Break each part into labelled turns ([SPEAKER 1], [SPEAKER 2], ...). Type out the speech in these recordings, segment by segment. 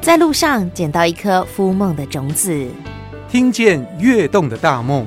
[SPEAKER 1] 在路上捡到一颗孵梦的种子，
[SPEAKER 2] 听见跃动的大梦。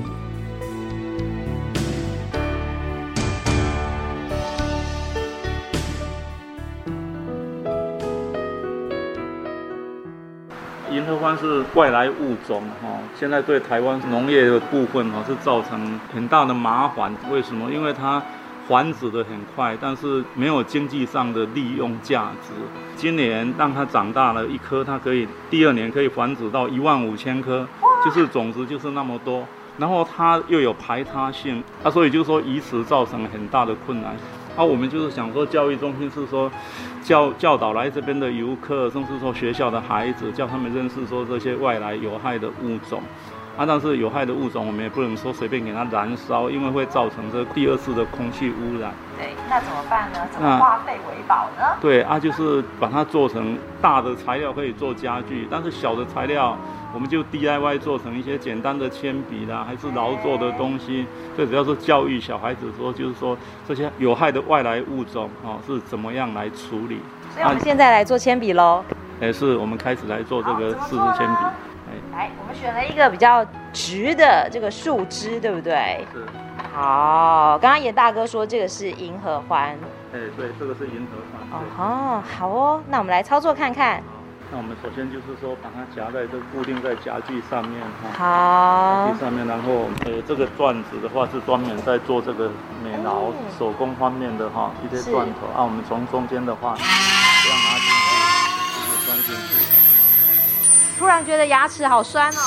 [SPEAKER 3] 银合欢是外来物种，现在对台湾农业的部分是造成很大的麻烦。为什么？因为它繁殖的很快，但是没有经济上的利用价值。今年让它长大了一颗，它可以第二年可以繁殖到15000颗，就是种子就是那么多。然后它又有排他性，所以就是说移植造成很大的困难。我们就是想说，教育中心是说教导来这边的游客，甚至说学校的孩子，叫他们认识说这些外来有害的物种。但是有害的物种我们也不能说随便给它燃烧，因为会造成这第二次的空气污染。
[SPEAKER 4] 对，那怎么办呢？怎么化废为宝呢？
[SPEAKER 3] 对就是把它做成大的材料可以做家具，但是小的材料我们就 DIY 做成一些简单的铅笔啦，还是劳作的东西。最主要是教育小孩子说，就是说这些有害的外来物种是怎么样来处理。
[SPEAKER 4] 所以我们现在来做铅笔咯。
[SPEAKER 3] 是我们开始来做这个四支铅笔。
[SPEAKER 4] 来，我们选了一个比较直的这个树枝，对不对？
[SPEAKER 3] 是。
[SPEAKER 4] 好，刚刚严大哥说这个是银合欢。
[SPEAKER 3] 对，这个是银合欢。
[SPEAKER 4] 好哦，那我们来操作看看。
[SPEAKER 3] 那我们首先就是说把它夹在固定在夹具上面
[SPEAKER 4] 好。
[SPEAKER 3] 夹具上面，然后这个钻子的话是专门在做这个美劳手工方面的一些钻头。我们从中间的话这样拿进去，就是钻进去。
[SPEAKER 4] 突然觉得牙齿好酸哦。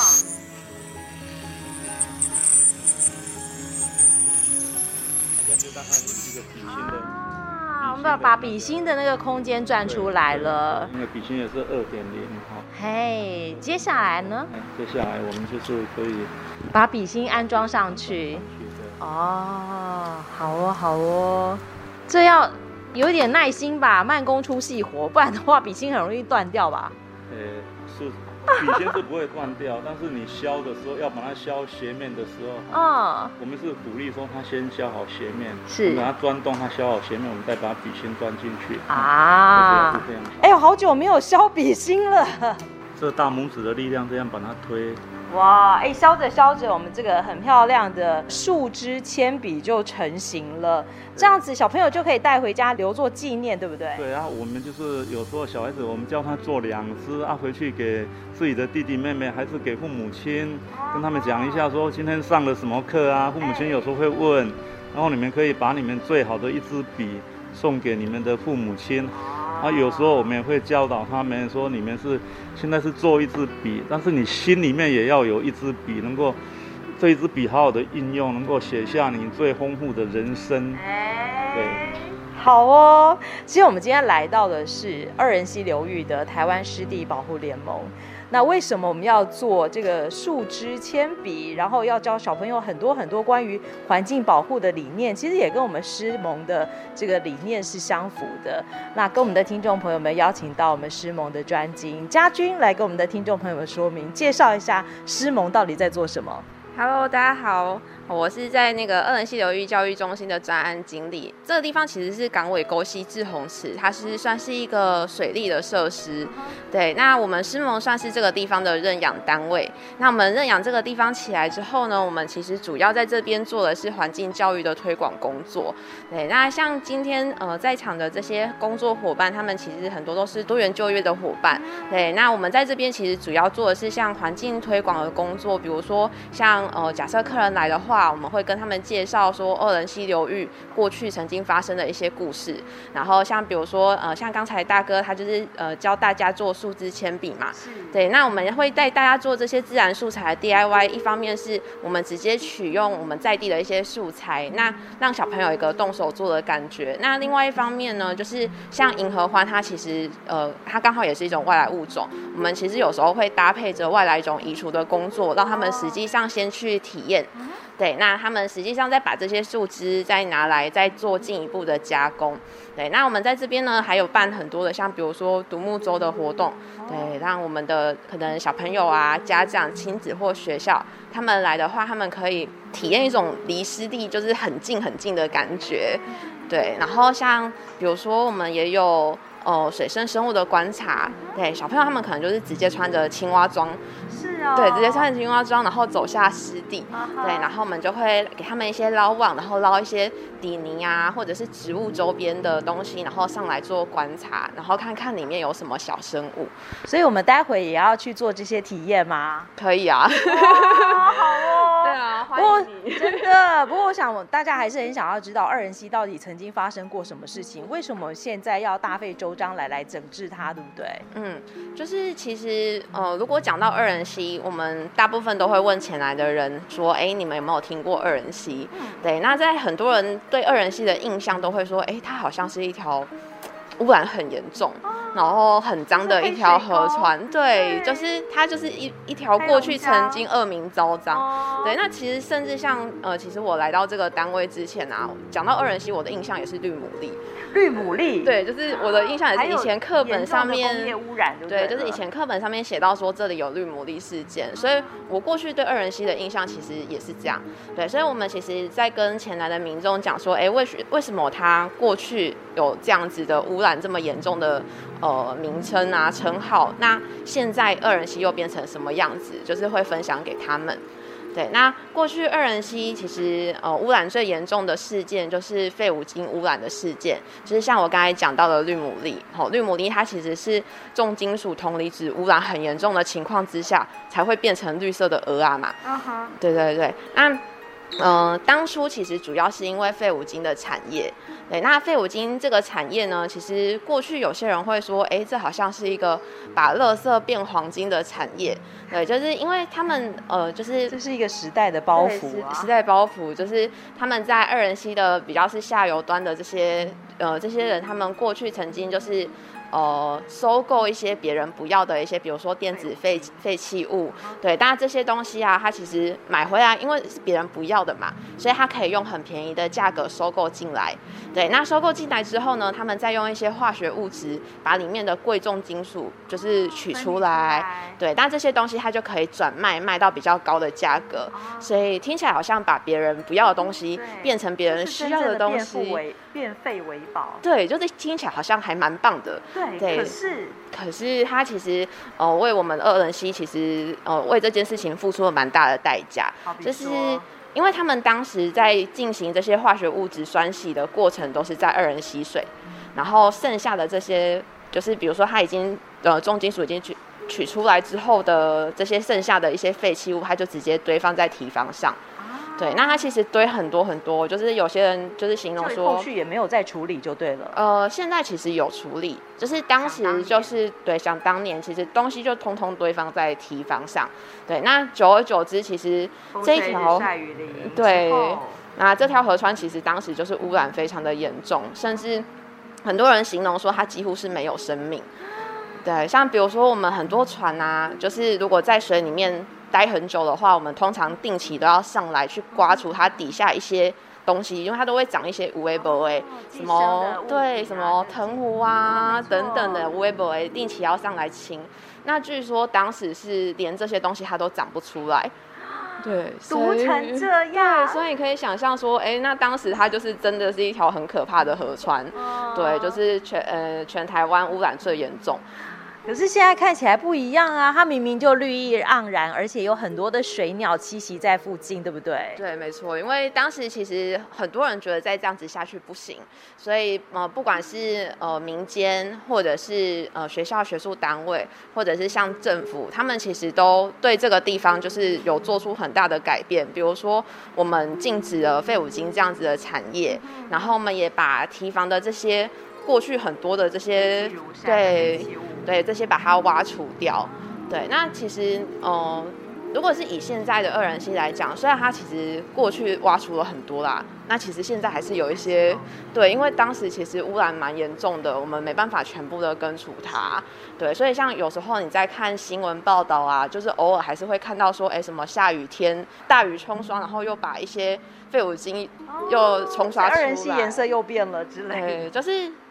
[SPEAKER 3] 这样就大概是一个笔芯的。
[SPEAKER 4] 我们把笔芯的那个空间转出来了。
[SPEAKER 3] 那个笔芯也是2.0。
[SPEAKER 4] 嘿，接下来呢？
[SPEAKER 3] 接下来我们就是可以
[SPEAKER 4] 把笔芯安装上去。好哦，这要有点耐心吧，慢工出细活，不然的话笔芯很容易断掉吧？
[SPEAKER 3] 是。笔芯是不会断掉，但是你削的时候要把它削斜面的时候，我们是鼓励说它先削好斜面，是把它钻洞，它削好斜面，我们再把笔芯钻进去。是这样。
[SPEAKER 4] 哎呦，好久没有削笔芯了。
[SPEAKER 3] 这大拇指的力量这样把它推。
[SPEAKER 4] 哇，削着削着，我们这个很漂亮的树枝铅笔就成型了。这样子小朋友就可以带回家留作纪念，对不对？
[SPEAKER 3] 对我们就是有时候小孩子，我们教他做2支回去给自己的弟弟妹妹，还是给父母亲，跟他们讲一下说今天上了什么课父母亲有时候会问，然后你们可以把你们最好的一支笔送给你们的父母亲。有时候我们也会教导他们说，你们现在是做一支笔，但是你心里面也要有一支笔，能够这一支笔好好的应用，能够写下你最丰富的人生。对，
[SPEAKER 4] 好哦。其实我们今天来到的是二仁溪流域的台湾湿地保护联盟。那为什么我们要做这个树枝铅笔，然后要教小朋友很多很多关于环境保护的理念，其实也跟我们诗盟的这个理念是相符的。那跟我们的听众朋友们邀请到我们诗盟的专精家军来跟我们的听众朋友们说明介绍一下诗盟到底在做什么。
[SPEAKER 5] Hello， 大家好，我是在那个二仁溪流域教育中心的专案经理。这个地方其实是港尾沟溪滞洪池，它是算是一个水利的设施。对，那我们诗盟算是这个地方的认养单位。那我们认养这个地方起来之后呢，我们其实主要在这边做的是环境教育的推广工作。对，那像今天在场的这些工作伙伴，他们其实很多都是多元就业的伙伴。对，那我们在这边其实主要做的是像环境推广的工作，比如说像假设客人来的话，我们会跟他们介绍说二仁溪流域过去曾经发生的一些故事，然后像比如说像刚才大哥他就是教大家做树枝铅笔嘛，对，那我们会带大家做这些自然素材的 DIY， 一方面是我们直接取用我们在地的一些素材，那让小朋友有一个动手做的感觉。那另外一方面呢，就是像银合欢，它其实它刚好也是一种外来物种，我们其实有时候会搭配着外来种移除的工作，让他们实际上先去体验。对，那他们实际上再把这些树枝再拿来再做进一步的加工。对，那我们在这边呢还有办很多的像比如说独木舟的活动，对，让我们的可能小朋友啊、家长、亲子或学校他们来的话，他们可以体验一种离湿地就是很近很近的感觉。对，然后像比如说我们也有水生生物的观察。对，小朋友他们可能就是直接穿着青蛙装，
[SPEAKER 4] 是哦，
[SPEAKER 5] 对，直接穿着青蛙装，然后走下湿地，对，然后我们就会给他们一些捞网，然后捞一些底泥啊，或者是植物周边的东西，然后上来做观察，然后看看里面有什么小生物。
[SPEAKER 4] 所以我们待会也要去做这些体验吗？
[SPEAKER 5] 可以啊，
[SPEAKER 4] 哇，好哦。
[SPEAKER 5] 对啊，欢
[SPEAKER 4] 不过
[SPEAKER 5] 迎你。
[SPEAKER 4] 真的，不过我想大家还是很想要知道二仁溪到底曾经发生过什么事情，为什么现在要大费周章来整治它，对不对？
[SPEAKER 5] 就是其实如果讲到二仁溪，我们大部分都会问前来的人说，哎，你们有没有听过二仁溪？对，那在很多人对二仁溪的印象都会说，哎，它好像是一条污染很严重，然后很脏的一条河川。对，就是它就是一条过去曾经恶名昭彰。对，那其实甚至像其实我来到这个单位之前啊，讲到二仁溪，我的印象也是绿牡蛎。
[SPEAKER 4] 绿牡蛎，
[SPEAKER 5] 对，就是我的印象也是以前课本上面
[SPEAKER 4] 工业污染，
[SPEAKER 5] 对，就是以前课本上面写到说这里有绿牡蛎事件，所以我过去对二仁溪的印象其实也是这样。对，所以我们其实在跟前来的民众讲说，哎，为什么他过去有这样子的污染这么严重的名称啊称号，那现在二仁溪又变成什么样子，就是会分享给他们。对，那过去二仁溪其实污染最严重的事件就是废五金污染的事件，就是像我刚才讲到的绿牡蛎。绿牡蛎它其实是重金属铜离子污染很严重的情况之下，才会变成绿色的蚵仔嘛。对对对，那当初其实主要是因为废五金的产业。对，那废五金这个产业呢，其实过去有些人会说，哎，这好像是一个把垃圾变黄金的产业。对，就是因为他们就是
[SPEAKER 4] 这是一个时代的包袱啊，
[SPEAKER 5] 时代包袱，就是他们在二仁溪的比较是下游端的这些人，他们过去曾经就是收购一些别人不要的一些，比如说电子废弃物，对，当然这些东西啊，它其实买回来，因为是别人不要的嘛，所以它可以用很便宜的价格收购进来。对，那收购进来之后呢，他们再用一些化学物质把里面的贵重金属就是取出来，对，那这些东西它就可以转卖到比较高的价格，所以听起来好像把别人不要的东西变成别人需要的东西，
[SPEAKER 4] 变废为宝。
[SPEAKER 5] 对，就是听起来好像还蛮棒的。
[SPEAKER 4] 对，
[SPEAKER 5] 可是他其实为我们二仁溪其实为这件事情付出了蛮大的代价，就是因为他们当时在进行这些化学物质酸洗的过程都是在二仁溪水，然后剩下的这些就是比如说他已经重金属已经取出来之后的这些剩下的一些废弃物，他就直接堆放在堤防上。对，那它其实堆很多很多，就是有些人就是形容说，
[SPEAKER 4] 后续也没有再处理就对了。
[SPEAKER 5] 现在其实有处理，就是当时就是对，想当年其实东西就通通堆放在堤防上。对，那久而久之，其实这一条对，那这条河川其实当时就是污染非常的严重，甚至很多人形容说它几乎是没有生命。对，像比如说我们很多船啊，就是如果在水里面待很久的话，我们通常定期都要上来去刮除它底下一些东西，因为它都会长一些有的没的，什么对什么藤壶啊等等的有的没的，定期要上来清。那据说当时是连这些东西它都长不出来。对，
[SPEAKER 4] 毒成这样，
[SPEAKER 5] 对，所以你可以想象说，哎，那当时它就是真的是一条很可怕的河川，对，就是全台湾污染最严重。
[SPEAKER 4] 可是现在看起来不一样啊，它明明就绿意盎然，而且有很多的水鸟栖息在附近，对不对？
[SPEAKER 5] 对，没错，因为当时其实很多人觉得再这样子下去不行，所以不管是民间或者是学校学术单位，或者是像政府，他们其实都对这个地方就是有做出很大的改变，比如说我们禁止了废五金这样子的产业，然后我们也把堤防的这些过去很多的这些对这些把它挖除掉。对，那其实如果是以现在的二仁溪来讲，虽然它其实过去挖除了很多啦，那其实现在还是有一些对，因为当时其实污染蛮严重的，我们没办法全部的根除它。对，所以像有时候你在看新闻报道啊，就是偶尔还是会看到说，哎，什么下雨天大雨冲刷，然后又把一些废五金又冲刷出来，
[SPEAKER 4] 二仁溪颜色又变了之类的。
[SPEAKER 5] 对，就是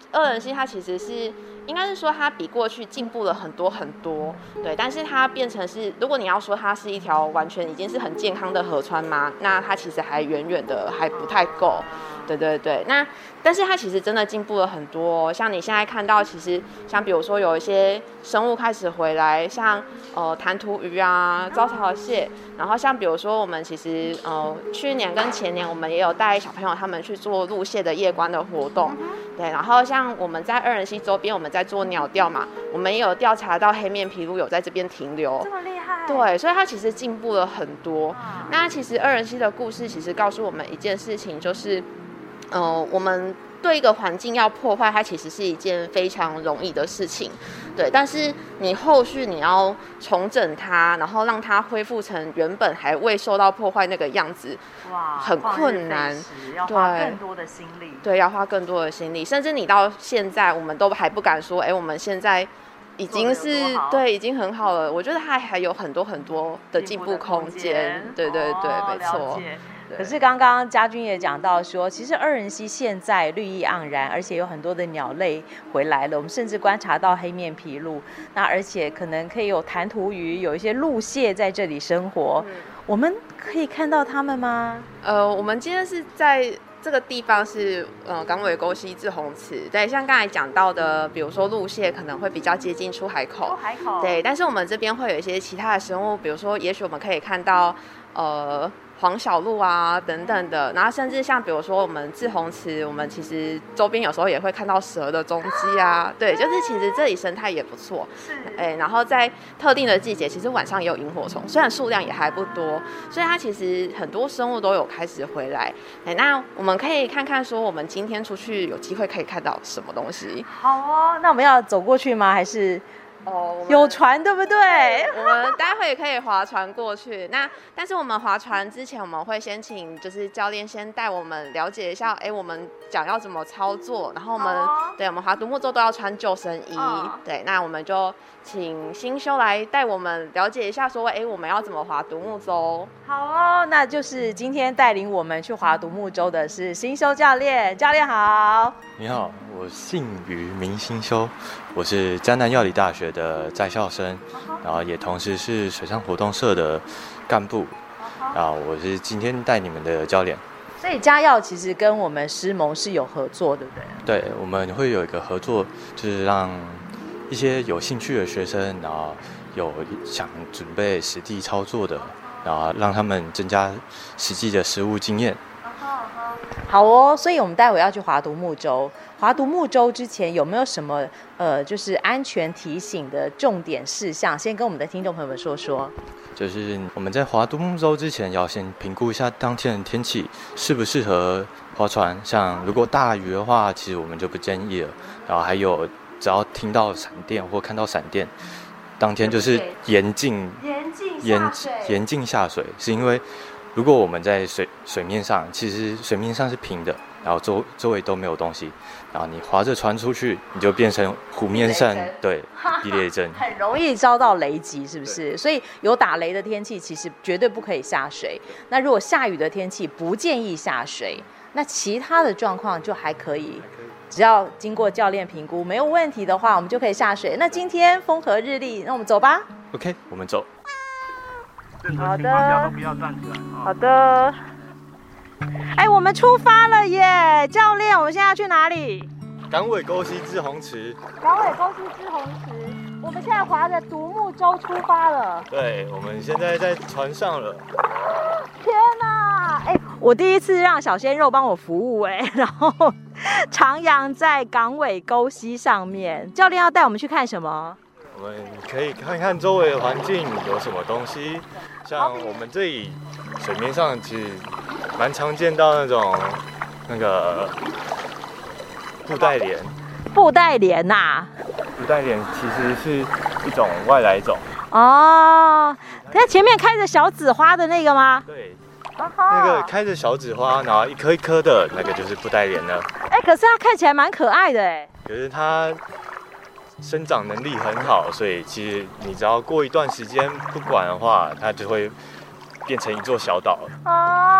[SPEAKER 5] 二人溪它其实是应该是说它比过去进步了很多很多，对，但是它变成是，如果你要说它是一条完全已经是很健康的河川吗？那它其实还远远的还不太够，对对对。那但是它其实真的进步了很多，像你现在看到，其实像比如说有一些生物开始回来，像弹涂鱼啊、招潮蟹，然后像比如说我们其实去年跟前年我们也有带小朋友他们去做陆蟹的夜观的活动，对，然后像我们在二人溪周边我们在做鸟调嘛，我们也有调查到黑面琵鹭有在这边停留，
[SPEAKER 4] 这么厉害，
[SPEAKER 5] 对，所以它其实进步了很多。那其实二人溪的故事其实告诉我们一件事情，就是我们对一个环境要破坏，它其实是一件非常容易的事情，对。但是你后续你要重整它，然后让它恢复成原本还未受到破坏那个样子，
[SPEAKER 4] 哇，
[SPEAKER 5] 很困难，
[SPEAKER 4] 要花更多的心力。
[SPEAKER 5] 对，要花更多的心力，甚至你到现在，我们都还不敢说，我们现在已经是对，已经很好了。我觉得它还有很多很多的进步空间。对对对，没错。
[SPEAKER 4] 可是刚刚家军也讲到说，其实二人溪现在绿意盎然，而且有很多的鸟类回来了。我们甚至观察到黑面琵鹭，那而且可能可以有弹涂鱼，有一些陆蟹在这里生活。我们可以看到它们吗？
[SPEAKER 5] 我们今天是在这个地方是港尾沟溪滞洪池，对，像刚才讲到的，比如说陆蟹可能会比较接近出海口，对，但是我们这边会有一些其他的生物，比如说也许我们可以看到黄小鹭啊等等的，然后甚至像比如说我们滞洪池，我们其实周边有时候也会看到蛇的踪迹啊，对，就是其实这里生态也不错，然后在特定的季节，其实晚上也有萤火虫，虽然数量也还不多，所以它其实很多生物都有开始回来，那我们可以看看说我们今天出去有机会可以看到什么东西。
[SPEAKER 4] 好哦，那我们要走过去吗？还是？有船对不对？
[SPEAKER 5] 我们待会也可以划船过去。但是我们划船之前，我们会先请就是教练先带我们了解一下，我们讲要怎么操作，然后我们划独木舟都要穿救生衣，对，那我们就请新修来带我们了解一下说，我们要怎么划独木舟。
[SPEAKER 4] 好哦，那就是今天带领我们去划独木舟的是新修教练，教练好。
[SPEAKER 6] 你好，我姓于，名新修，我是嘉南药理大学的在校生，然后也同时是水上活动社的干部，然后我是今天带你们的教练。
[SPEAKER 4] 所以嘉药其实跟我们师盟是有合作，对不对？
[SPEAKER 6] 对，我们会有一个合作，就是让一些有兴趣的学生，然后有想准备实地操作的，然后让他们增加实际的实务经验。
[SPEAKER 4] 好哦，所以我们待会要去划独木舟。划独木舟之前有没有什么就是安全提醒的重点事项？先跟我们的听众朋友们说说。
[SPEAKER 6] 就是我们在划独木舟之前，要先评估一下当天的天气适不适合划船。像如果大雨的话，其实我们就不建议了。然后还有，只要听到闪电或看到闪电，当天就是严禁下水，是因为如果我们在水面上，其实水面上是平的，然后周围都没有东西，然后你划着船出去，你就变成湖面上对避雷针，
[SPEAKER 4] 很容易遭到雷击，是不是？所以有打雷的天气，其实绝对不可以下水。那如果下雨的天气，不建议下水。那其他的状况就还可以，只要经过教练评估没有问题的话，我们就可以下水。那今天风和日丽，那我们走吧。
[SPEAKER 6] OK， 我们走。
[SPEAKER 3] 好的，不要站起来。
[SPEAKER 4] 好的。我们出发了耶！教练，我们现在要去哪里？
[SPEAKER 6] 港尾沟溪滞洪池。
[SPEAKER 4] 港尾沟溪滞洪池，我们现在划着独木舟出发了。
[SPEAKER 6] 对，我们现在在船上了。
[SPEAKER 4] 天哪！我第一次让小鲜肉帮我服务然后徜徉在港尾沟溪上面。教练要带我们去看什么？
[SPEAKER 6] 我们可以看看周围的环境有什么东西，像我们这里水面上其实蛮常见到那个布袋莲。
[SPEAKER 4] 布袋莲呐？
[SPEAKER 6] 布袋莲其实是一种外来种。
[SPEAKER 4] 哦，在前面开着小紫花的那个吗？
[SPEAKER 6] 对，那个开着小紫花，然后一颗一颗的那个就是布袋莲了。
[SPEAKER 4] 可是它看起来蛮可爱的
[SPEAKER 6] 可是它生长能力很好，所以其实你只要过一段时间不管的话，它就会变成一座小岛。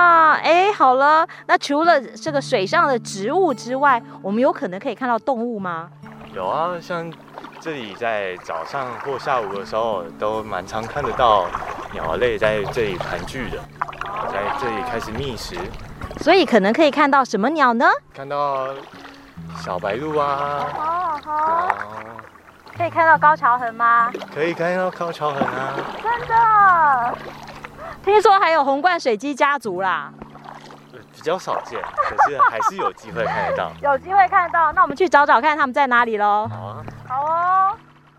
[SPEAKER 4] 哇，哎，好了，那除了这个水上的植物之外，我们有可能可以看到动物吗？
[SPEAKER 6] 有啊，像这里在早上或下午的时候，都蛮常看得到鸟类在这里盘踞的，在这里开始觅食。
[SPEAKER 4] 所以可能可以看到什么鸟呢？
[SPEAKER 6] 看到小白鹭啊，
[SPEAKER 4] 可以看到高桥鸻吗？
[SPEAKER 6] 可以看到高桥鸻啊，
[SPEAKER 4] 真的。听说还有红冠水鸡家族啦，
[SPEAKER 6] 比较少见，可是还是有机会看得到。
[SPEAKER 4] 有机会看到，那我们去找找看他们在哪里咯。
[SPEAKER 6] 好啊，
[SPEAKER 4] 好哦。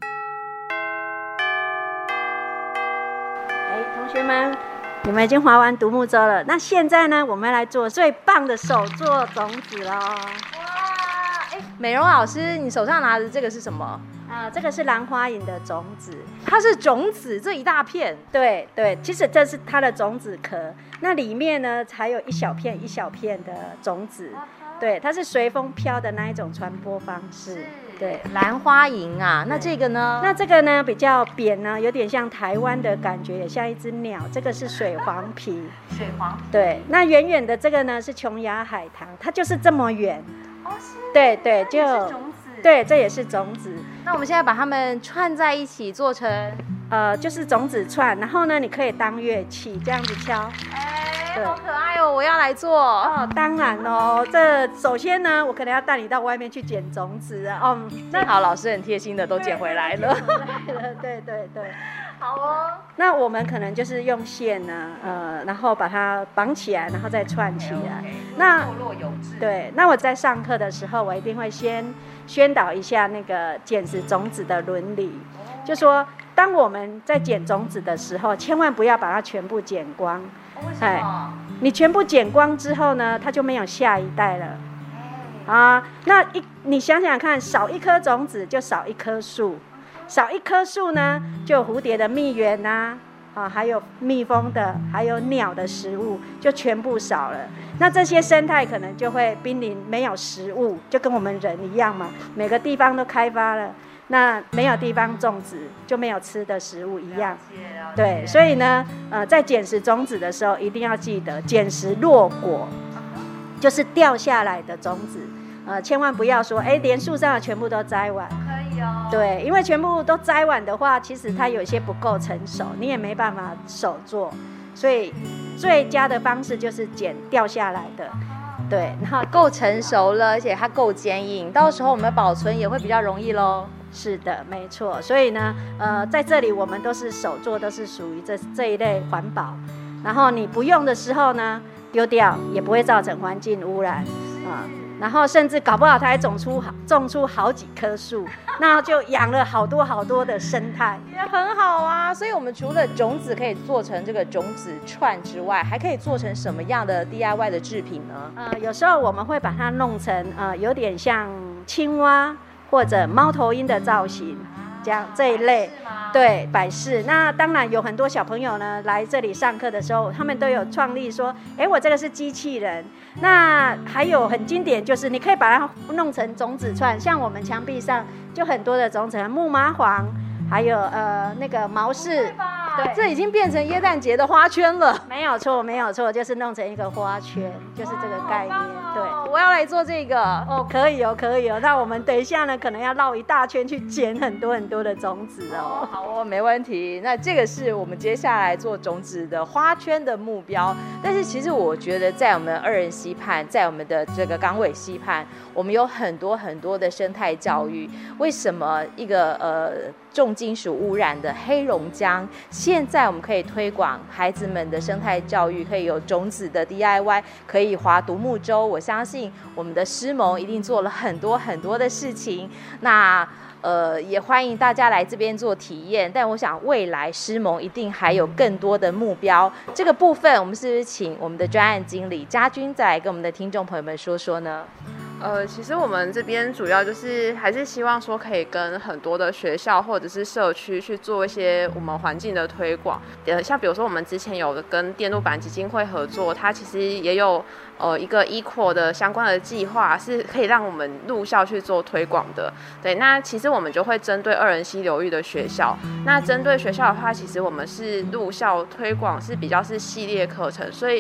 [SPEAKER 7] 同学们，你们已经划完独木舟了，那现在呢，我们来做最棒的手做种子咯。
[SPEAKER 4] 美容老师，你手上拿的这个是什么？
[SPEAKER 7] 这个是兰花楹的种子，
[SPEAKER 4] 它是种子，这一大片。
[SPEAKER 7] 对对，其实这是它的种子壳，那里面呢还有一小片一小片的种子。对，它是随风飘的那一种传播方式。对，
[SPEAKER 4] 兰花楹啊，那这个呢？
[SPEAKER 7] 那这个呢比较扁呢，有点像台湾的感觉，也像一只鸟。这个是水黄皮。
[SPEAKER 4] 水黄皮。
[SPEAKER 7] 对，那远远的这个呢是琼崖海棠，它就是这么远。
[SPEAKER 4] 哦，是。
[SPEAKER 7] 对对，就
[SPEAKER 4] 种子。
[SPEAKER 7] 对，这也是种子。
[SPEAKER 4] 那我们现在把它们串在一起，做成
[SPEAKER 7] 就是种子串，然后呢，你可以当乐器这样子敲。
[SPEAKER 4] 哎，好可爱哦！我要来做
[SPEAKER 7] 哦。当然哦，这首先呢，我可能要带你到外面去捡种子啊。
[SPEAKER 4] 那好，老师很贴心的都捡回来了。
[SPEAKER 7] 对对对。
[SPEAKER 4] 好哦。
[SPEAKER 7] 那我们可能就是用线呢，然后把它绑起来，然后再串起来。那
[SPEAKER 4] 错落有致。
[SPEAKER 7] 对，那我在上课的时候，我一定会先宣导一下那个捡拾种子的伦理，就说当我们在捡种子的时候，千万不要把它全部捡光。
[SPEAKER 4] 为什么？
[SPEAKER 7] 你全部捡光之后呢，它就没有下一代了。啊，那你想想看，少一颗种子就少一棵树，少一棵树呢，就有蝴蝶的蜜源呐，还有蜜蜂的，还有鸟的食物，就全部少了。那这些生态可能就会濒临没有食物，就跟我们人一样嘛，每个地方都开发了，那没有地方种植，就没有吃的食物一样。对，所以呢，在捡拾种子的时候，一定要记得捡拾落果，就是掉下来的种子。千万不要说，连树上的全部都摘完。
[SPEAKER 4] 可以哦。
[SPEAKER 7] 对，因为全部都摘完的话，其实它有些不够成熟，你也没办法手做。所以最佳的方式就是捡掉下来的。对，然后
[SPEAKER 4] 够成熟了，而且它够坚硬，到时候我们保存也会比较容易咯。
[SPEAKER 7] 是的，没错。所以呢，在这里我们都是手做，都是属于这一类环保。然后你不用的时候呢，丢掉也不会造成环境污染啊。然后甚至搞不好它还种出好几棵树，那就养了好多好多的生态，
[SPEAKER 4] 也很好啊。所以我们除了种子可以做成这个种子串之外，还可以做成什么样的 DIY 的制品呢？
[SPEAKER 7] 有时候我们会把它弄成有点像青蛙或者猫头鹰的造型，这一类。对，摆饰。那当然有很多小朋友呢来这里上课的时候，他们都有创立说，我这个是机器人。那还有很经典，就是你可以把它弄成种子串，像我们墙壁上就很多的种子，木麻黄，还有那个毛氏。
[SPEAKER 4] 对，这已经变成耶诞节的花圈了。
[SPEAKER 7] 没有错，没有错，就是弄成一个花圈，就是这个概念。对，
[SPEAKER 4] 我要来做这个。
[SPEAKER 7] 哦，可以哦，可以哦。那我们等一下呢，可能要绕一大圈去捡很多很多的种子哦。
[SPEAKER 4] 好哦，没问题。那这个是我们接下来做种子的花圈的目标。但是其实我觉得，在我们二仁溪畔，在我们的这个港尾溪畔，我们有很多很多的生态教育。为什么一个重金属污染的黑龙江，现在我们可以推广孩子们的生态教育，可以有种子的 DIY， 可以划独木舟。我相信我们的师盟一定做了很多很多的事情。那也欢迎大家来这边做体验。但我想未来师盟一定还有更多的目标。这个部分我们是不是请我们的专案经理家军再来跟我们的听众朋友们说说呢？
[SPEAKER 5] 其实我们这边主要就是还是希望说可以跟很多的学校或者是社区去做一些我们环境的推广。像比如说我们之前有跟电路板基金会合作，它其实也有一个 equal 的相关的计划，是可以让我们入校去做推广的。对，那其实我们就会针对二仁溪流域的学校。那针对学校的话，其实我们是入校推广是比较是系列课程，所以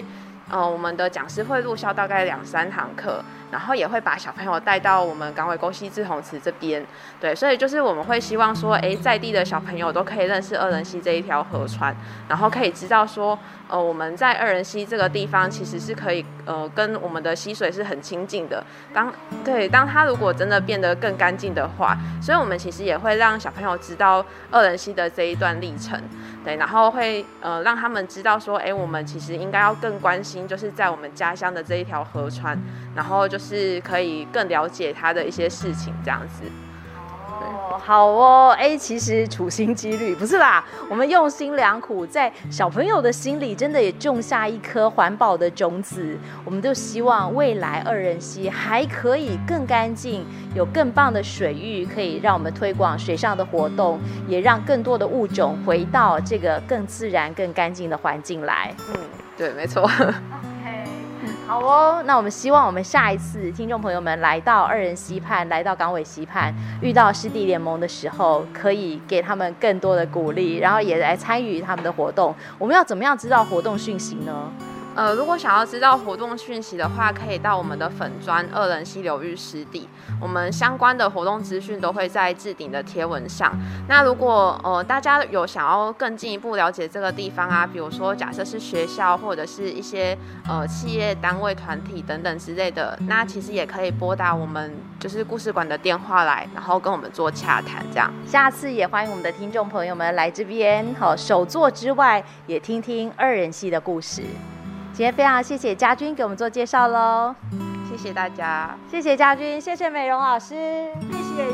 [SPEAKER 5] 我们的讲师会入校大概2-3堂课，然后也会把小朋友带到我们港尾沟溪志洪池这边。对，所以就是我们会希望说，在地的小朋友都可以认识二仁溪这一条河川，然后可以知道说，我们在二仁溪这个地方其实是可以，跟我们的溪水是很亲近的。当它如果真的变得更干净的话，所以我们其实也会让小朋友知道二仁溪的这一段历程。对，然后会让他们知道说，我们其实应该要更关心，就是在我们家乡的这一条河川，然后就是可以更了解它的一些事情，这样子。
[SPEAKER 4] 好哦，其实处心积虑不是啦，我们用心良苦，在小朋友的心里真的也种下一颗环保的种子。我们都希望未来二仁溪还可以更干净，有更棒的水域，可以让我们推广水上的活动，也让更多的物种回到这个更自然、更干净的环境来。
[SPEAKER 5] 对，没错。
[SPEAKER 4] 好哦，那我们希望我们下一次听众朋友们来到二仁溪畔，来到港尾溪畔，遇到湿地联盟的时候，可以给他们更多的鼓励，然后也来参与他们的活动。我们要怎么样知道活动讯息呢？
[SPEAKER 5] 如果想要知道活动讯息的话，可以到我们的粉专二仁溪流域湿地，我们相关的活动资讯都会在置顶的贴文上。那如果大家有想要更进一步了解这个地方啊，比如说假设是学校或者是一些企业单位团体等等之类的，那其实也可以拨打我们就是故事馆的电话来，然后跟我们做洽谈这样。
[SPEAKER 4] 下次也欢迎我们的听众朋友们来这边，手作之外也听听二仁溪的故事。今天非常谢谢家君给我们做介绍咯，
[SPEAKER 5] 谢谢大家，
[SPEAKER 4] 谢谢家君，谢谢美容老师，
[SPEAKER 7] 谢谢。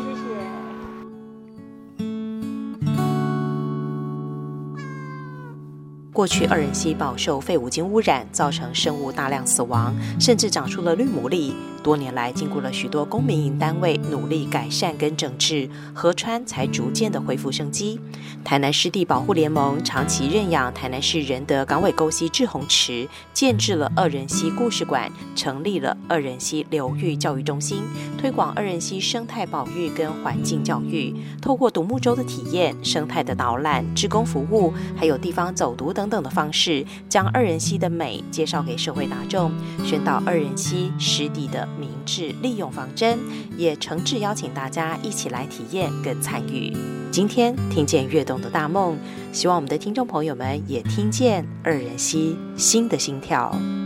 [SPEAKER 1] 过去二仁溪饱受废五金污染，造成生物大量死亡，甚至长出了绿牡蛎。多年来，经过了许多公民营单位努力改善跟整治，河川才逐渐的恢复生机。台南湿地保护联盟长期认养台南市仁德港尾沟溪志洪池，建制了二仁溪故事馆，成立了二仁溪流域教育中心，推广二仁溪生态保育跟环境教育，透过独木舟的体验、生态的导览、志工服务，还有地方走读等等的方式，将二仁溪的美介绍给社会大众，宣导二仁溪湿地的明智利用方针，也诚挚邀请大家一起来体验跟参与。今天听见跃动的大梦，希望我们的听众朋友们也听见二仁溪新的心跳。